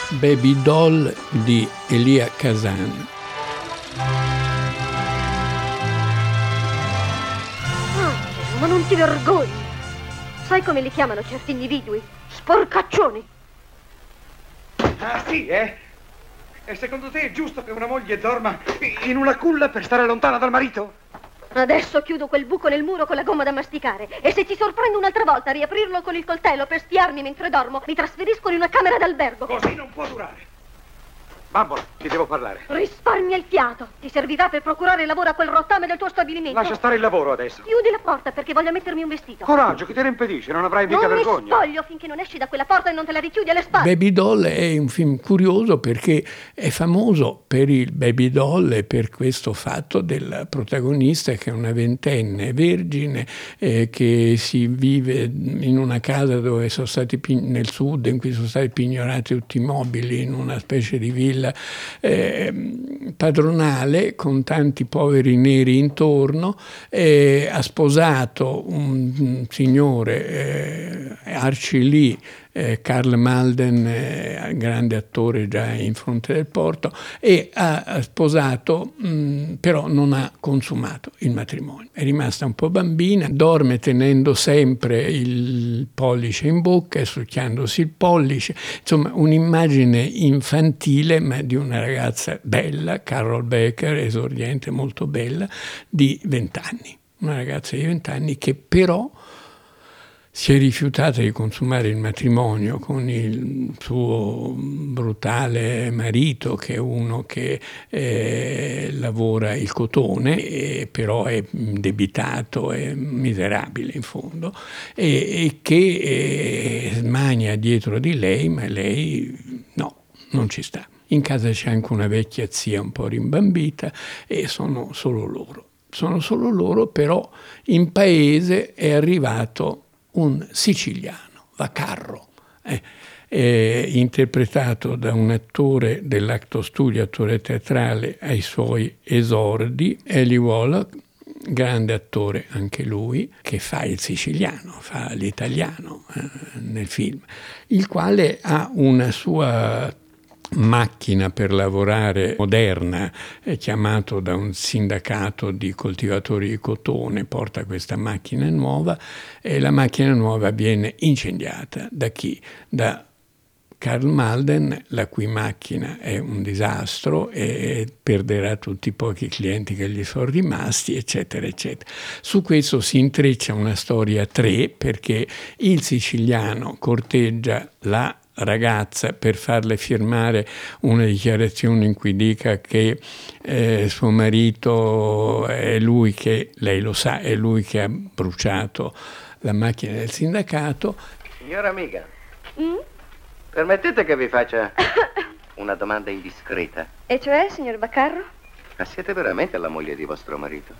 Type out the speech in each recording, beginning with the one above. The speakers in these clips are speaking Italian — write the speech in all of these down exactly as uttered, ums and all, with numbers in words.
Baby Doll di Elia Kazan. Ah, ma non ti vergogni? Sai come li chiamano certi individui? Sporcaccioni. Ah, sì, eh? E secondo te è giusto che una moglie dorma in una culla per stare lontana dal marito? Adesso chiudo quel buco nel muro con la gomma da masticare e se ti sorprendo un'altra volta a riaprirlo con il coltello per spiarmi mentre dormo, mi trasferisco in una camera d'albergo. Così non può durare. Bambola, ti devo parlare. Risparmia il fiato. Ti servirà per procurare lavoro a quel rottame del tuo stabilimento. Lascia stare il lavoro adesso. Chiudi la porta perché voglio mettermi un vestito. Coraggio, chi te ne impedisce? Non avrai mica non vergogna. Non mi spoglio finché non esci da quella porta e non te la richiudi alle spalle. Baby Doll è un film curioso perché è famoso per il Baby Doll e per questo fatto del protagonista che è una ventenne vergine eh, che si vive in una casa dove sono stati pig- nel sud in cui sono stati pignorati tutti i mobili in una specie di villa Eh, padronale con tanti poveri neri intorno, eh, ha sposato un, un signore eh, Archie Lee, eh, Karl Malden, eh, grande attore già in Fronte del Porto, e ha sposato, mh, però non ha consumato il matrimonio. È rimasta un po' bambina, dorme tenendo sempre il pollice in bocca e succhiandosi il pollice, insomma un'immagine infantile ma di una ragazza bella, Carol Baker, esordiente molto bella, di vent'anni. Una ragazza di vent'anni che però si è rifiutata di consumare il matrimonio con il suo brutale marito, che è uno che eh, lavora il cotone, e però è indebitato, è miserabile in fondo, e, e che eh, smania dietro di lei, ma lei no, non ci sta. In casa c'è anche una vecchia zia un po' rimbambita e sono solo loro. Sono solo loro, però in paese è arrivato un siciliano, Vacarro, eh, eh, interpretato da un attore dell'Acto Studio, attore teatrale ai suoi esordi, Eli Wallach, grande attore anche lui, che fa il siciliano, fa l'italiano eh, nel film, il quale ha una sua macchina per lavorare moderna, è chiamato da un sindacato di coltivatori di cotone, porta questa macchina nuova e la macchina nuova viene incendiata da chi? Da Karl Malden, la cui macchina è un disastro e perderà tutti i pochi clienti che gli sono rimasti, eccetera, eccetera. Su questo si intreccia una storia a tre, perché il siciliano corteggia la ragazza per farle firmare una dichiarazione in cui dica che eh, suo marito è lui che, lei lo sa, è lui che ha bruciato la macchina del sindacato. Signora amica, Mm? permettete che vi faccia una domanda indiscreta? E cioè, signor Vacarro? Ma siete veramente la moglie di vostro marito?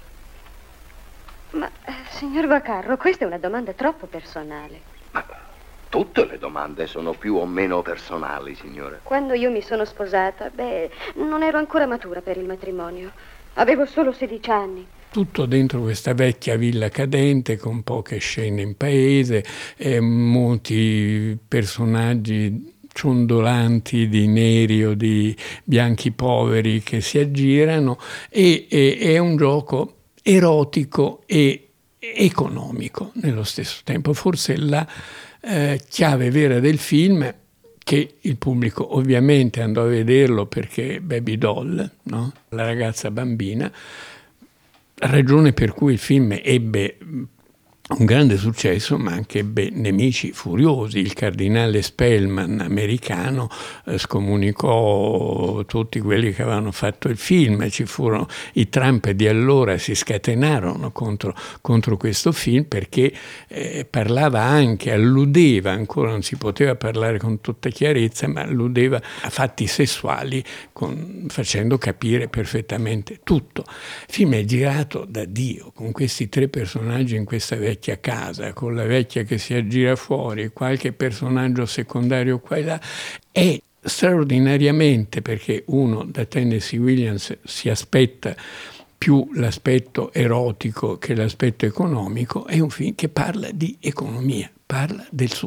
Ma, eh, signor Vacarro, questa è una domanda troppo personale. Ma tutte le domande sono più o meno personali, signore. Quando io mi sono sposata, beh, non ero ancora matura per il matrimonio. Avevo solo sedici anni. Tutto dentro questa vecchia villa cadente con poche scene in paese, e molti personaggi ciondolanti di neri o di bianchi poveri che si aggirano, e, e è un gioco erotico e economico nello stesso tempo. Forse la eh, chiave vera del film, che il pubblico ovviamente andò a vederlo perché Baby Doll, no? La ragazza bambina, ragione per cui il film ebbe un grande successo, ma anche ebbe nemici furiosi. Il cardinale Spellman americano eh, scomunicò tutti quelli che avevano fatto il film, ci furono i Trump di allora, si scatenarono contro, contro questo film perché eh, parlava anche, alludeva, ancora non si poteva parlare con tutta chiarezza, ma alludeva a fatti sessuali con, facendo capire perfettamente tutto. Il film è girato da Dio, con questi tre personaggi in questa vecchia casa, con la vecchia che si aggira fuori, qualche personaggio secondario qua e là, è straordinariamente, perché uno da Tennessee Williams si aspetta più l'aspetto erotico che l'aspetto economico, è un film che parla di economia, parla del Sud,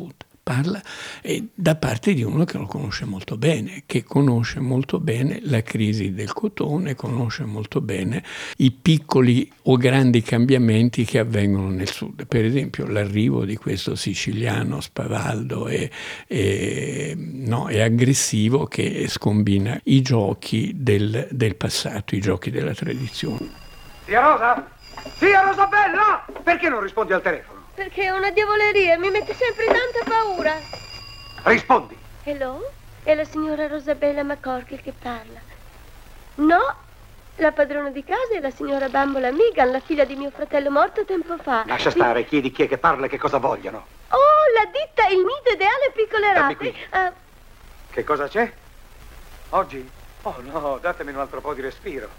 parla eh, da parte di uno che lo conosce molto bene, che conosce molto bene la crisi del cotone, conosce molto bene i piccoli o grandi cambiamenti che avvengono nel sud. Per esempio l'arrivo di questo siciliano spavaldo e, e, no, e aggressivo che scombina i giochi del, del passato, i giochi della tradizione. Zia Rosa? Zia Rosabella! Perché non rispondi al telefono? Perché è una diavoleria, mi mette sempre tanta paura. Rispondi! Hello? È la signora Rosabella McCorkle che parla. No, la padrona di casa è la signora Bambola Megan, la figlia di mio fratello morto tempo fa. Lascia stare, chiedi chi è che parla e che cosa vogliono. Oh, la ditta Il Nido Ideale Piccole Dammi Rape. qui. Uh, Che cosa c'è? Oggi? Oh no, datemi un altro po' di respiro.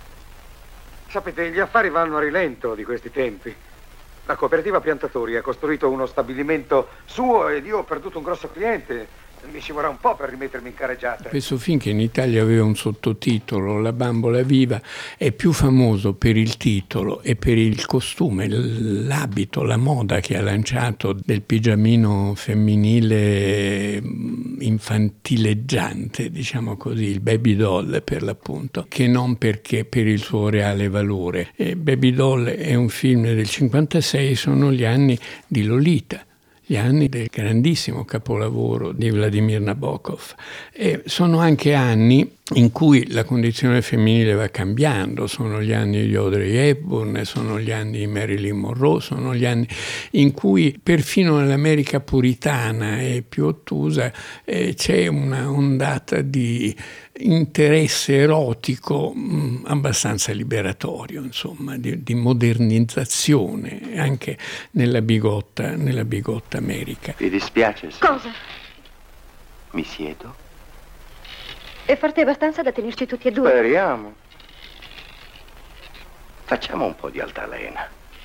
Sapete, gli affari vanno a rilento di questi tempi. La cooperativa Piantatori ha costruito uno stabilimento suo ed io ho perduto un grosso cliente. Mi ci vorrà un po' per rimettermi in carreggiata. Questo film, che in Italia aveva un sottotitolo, La bambola viva, è più famoso per il titolo e per il costume, l'abito, la moda che ha lanciato del pigiamino femminile infantileggiante, diciamo così, il baby doll per l'appunto, che non perché per il suo reale valore. E Baby Doll è un film del cinquantasei, sono gli anni di Lolita, gli anni del grandissimo capolavoro di Vladimir Nabokov. E sono anche anni in cui la condizione femminile va cambiando, sono gli anni di Audrey Hepburn, sono gli anni di Marilyn Monroe, sono gli anni in cui perfino nell'America puritana e più ottusa eh, c'è una ondata di interesse erotico mh, abbastanza liberatorio, insomma, di, di modernizzazione anche nella bigotta, nella bigotta America. Vi dispiace se... cosa? Mi siedo? È forte abbastanza da tenerci tutti e due. Speriamo. Facciamo un po' di altalena.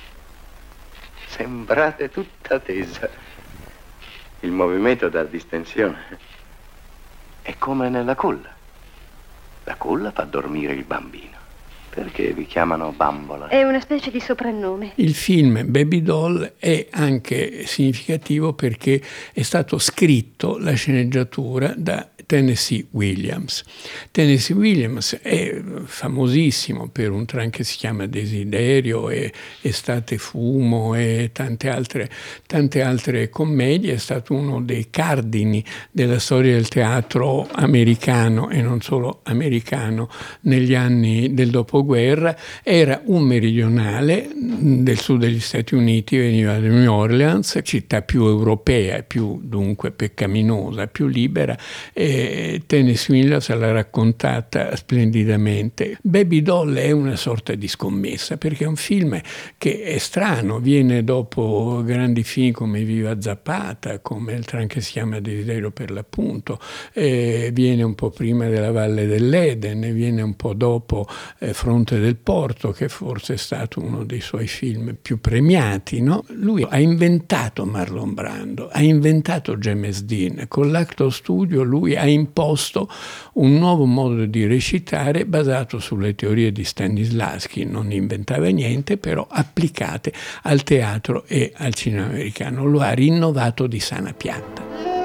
Sembrate tutta tesa. Il movimento dà distensione. È come nella culla. La culla fa dormire il bambino. Perché vi chiamano bambola? È una specie di soprannome. Il film Baby Doll è anche significativo perché è stato scritto, la sceneggiatura, da Tennessee Williams. Tennessee Williams è famosissimo per un tram che si chiama Desiderio e Estate Fumo e tante altre, tante altre commedie. È stato uno dei cardini della storia del teatro americano e non solo americano negli anni del dopoguerra. Era un meridionale del sud degli Stati Uniti, veniva da New Orleans, città più europea, più dunque peccaminosa, più libera. E Tennessee Williams l'ha raccontata splendidamente. Baby Doll è una sorta di scommessa perché è un film che è strano, viene dopo grandi film come Viva Zapata, come il tram che si chiama Desiderio per l'appunto, eh, viene un po' prima della Valle dell'Eden, viene un po' dopo eh, Fronte del Porto, che forse è stato uno dei suoi film più premiati, no? Lui ha inventato Marlon Brando, ha inventato James Dean, con l'Actor Studio lui ha imposto un nuovo modo di recitare basato sulle teorie di Stanislavski, non inventava niente, però applicate al teatro e al cinema americano. Lo ha rinnovato di sana pianta.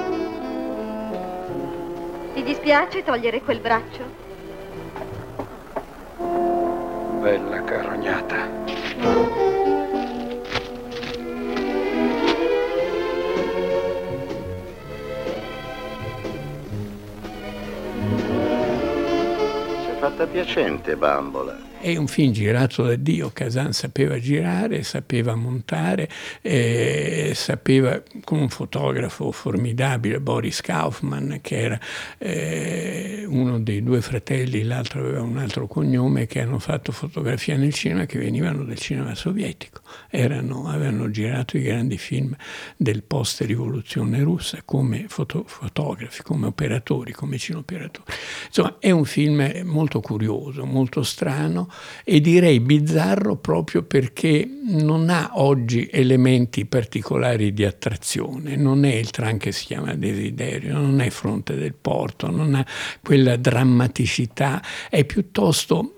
Ti dispiace togliere quel braccio? Bella carognata. Fatta piacente, bambola. È un film girato da Dio. Kazan sapeva girare, sapeva montare, eh, sapeva, con un fotografo formidabile, Boris Kaufman, che era eh, uno dei due fratelli, l'altro aveva un altro cognome, che hanno fatto fotografia nel cinema, che venivano del cinema sovietico. Erano, avevano girato i grandi film del post-rivoluzione russa come foto, fotografi, come operatori, come cineoperatori. Insomma, è un film molto curioso, molto strano, e direi bizzarro proprio perché non ha oggi elementi particolari di attrazione. Non è il tram che si chiama Desiderio, non è Fronte del Porto, non ha quella drammaticità, è piuttosto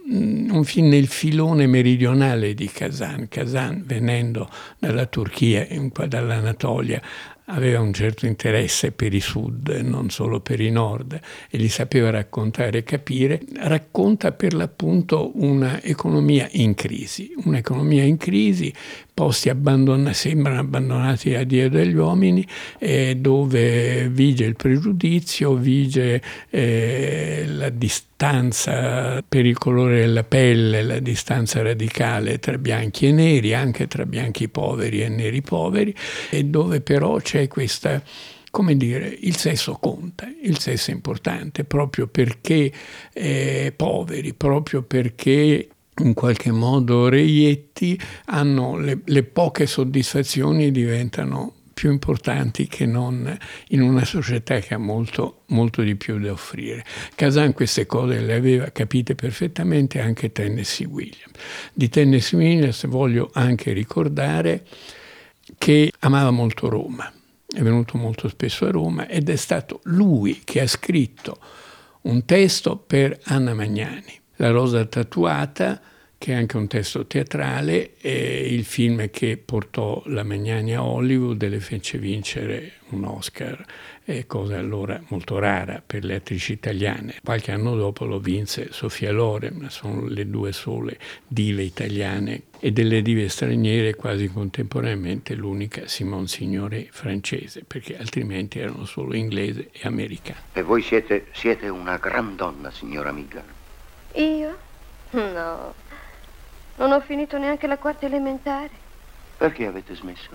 un film nel filone meridionale di Kazan. Kazan, venendo dalla Turchia, dall'Anatolia, aveva un certo interesse per i sud, non solo per i nord, e li sapeva raccontare e capire. Racconta per l'appunto un'economia in crisi, un'economia in crisi, posti abbandonati, sembrano abbandonati a Dio degli uomini, eh, dove vige il pregiudizio, vige eh, la distanza per il colore della pelle, la distanza radicale tra bianchi e neri, anche tra bianchi poveri e neri poveri, e dove però c'è questa, come dire, il sesso conta, il sesso è importante, proprio perché eh, poveri, proprio perché in qualche modo reietti, hanno le, le poche soddisfazioni diventano più importanti che non in una società che ha molto, molto di più da offrire. Kazan queste cose le aveva capite perfettamente anche Tennessee Williams. Di Tennessee Williams voglio anche ricordare che amava molto Roma, è venuto molto spesso a Roma ed è stato lui che ha scritto un testo per Anna Magnani, La rosa tatuata, che è anche un testo teatrale, e il film che portò la Magnani a Hollywood e le fece vincere un Oscar, eh, cosa allora molto rara per le attrici italiane. Qualche anno dopo lo vinse Sofia Loren, ma sono le due sole dive italiane, e delle dive straniere quasi contemporaneamente l'unica Simone Signoret francese, perché altrimenti erano solo inglese e americane. E voi siete, siete una gran donna, signora Megan. Io? No, non ho finito neanche la quarta elementare. Perché avete smesso?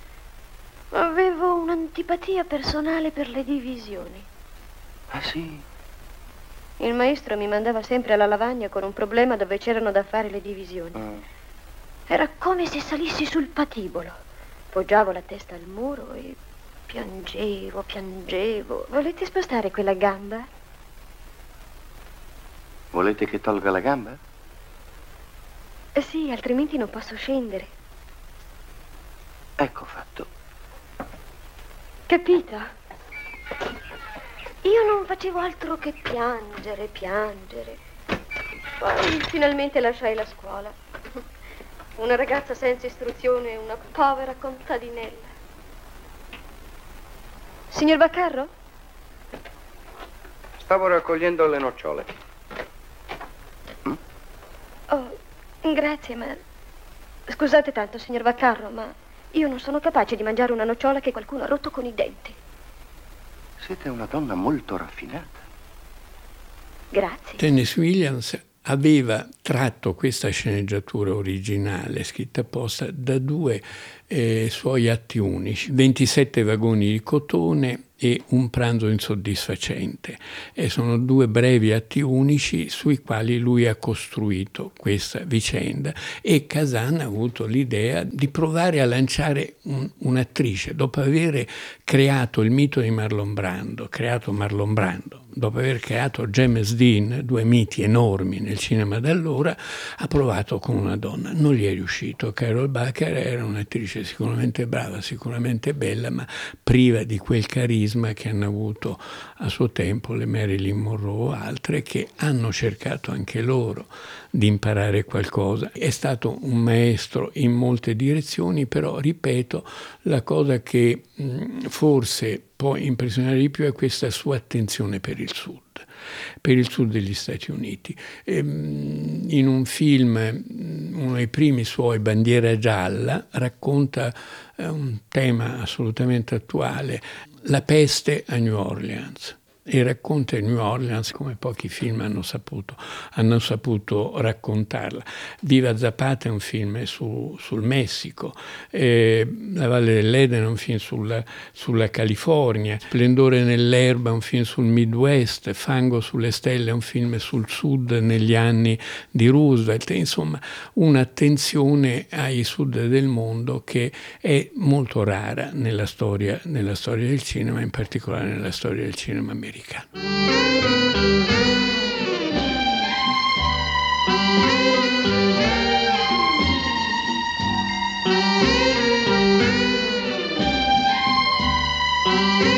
Avevo un'antipatia personale per le divisioni. Ah sì? Il maestro mi mandava sempre alla lavagna con un problema dove c'erano da fare le divisioni. Ah. Era come se salissi sul patibolo. Poggiavo la testa al muro e piangevo, piangevo. Volete spostare quella gamba? Volete che tolga la gamba? Eh sì, altrimenti non posso scendere. Ecco fatto. Capito? Io non facevo altro che piangere, piangere. Poi finalmente lasciai la scuola. Una ragazza senza istruzione, una povera contadinella. Signor Vaccarro? Stavo raccogliendo le nocciole. Mm? Oh, grazie, ma... Scusate tanto, signor Vaccarro, ma io non sono capace di mangiare una nocciola che qualcuno ha rotto con i denti. Siete una donna molto raffinata. Grazie. Tennessee Williams aveva tratto questa sceneggiatura originale, scritta apposta, da due eh, suoi atti unici, ventisette vagoni di cotone e Un pranzo insoddisfacente. E sono due brevi atti unici sui quali lui ha costruito questa vicenda, e Kazan ha avuto l'idea di provare a lanciare un, un'attrice. Dopo aver creato il mito di Marlon Brando, creato Marlon Brando, dopo aver creato James Dean, due miti enormi nel cinema d'allora, ha provato con una donna. Non gli è riuscito. Carole Baker era un'attrice sicuramente brava, sicuramente bella, ma priva di quel carisma che hanno avuto a suo tempo le Marilyn Monroe o altre, che hanno cercato anche loro di imparare qualcosa. È stato un maestro in molte direzioni, però ripeto, la cosa che mh, forse può impressionare di più è questa sua attenzione per il Sud, per il Sud degli Stati Uniti. Ehm, in un film, uno dei primi suoi, Bandiera gialla, racconta eh, un tema assolutamente attuale, la peste a New Orleans. E racconta New Orleans come pochi film hanno saputo, hanno saputo raccontarla. Viva Zapata è un film su, sul Messico, eh, La Valle dell'Eden è un film sulla, sulla California, Splendore nell'erba è un film sul Midwest, Fango sulle stelle è un film sul Sud negli anni di Roosevelt. Insomma, un'attenzione ai Sud del mondo che è molto rara nella storia, nella storia del cinema, in particolare nella storia del cinema americano. Americano.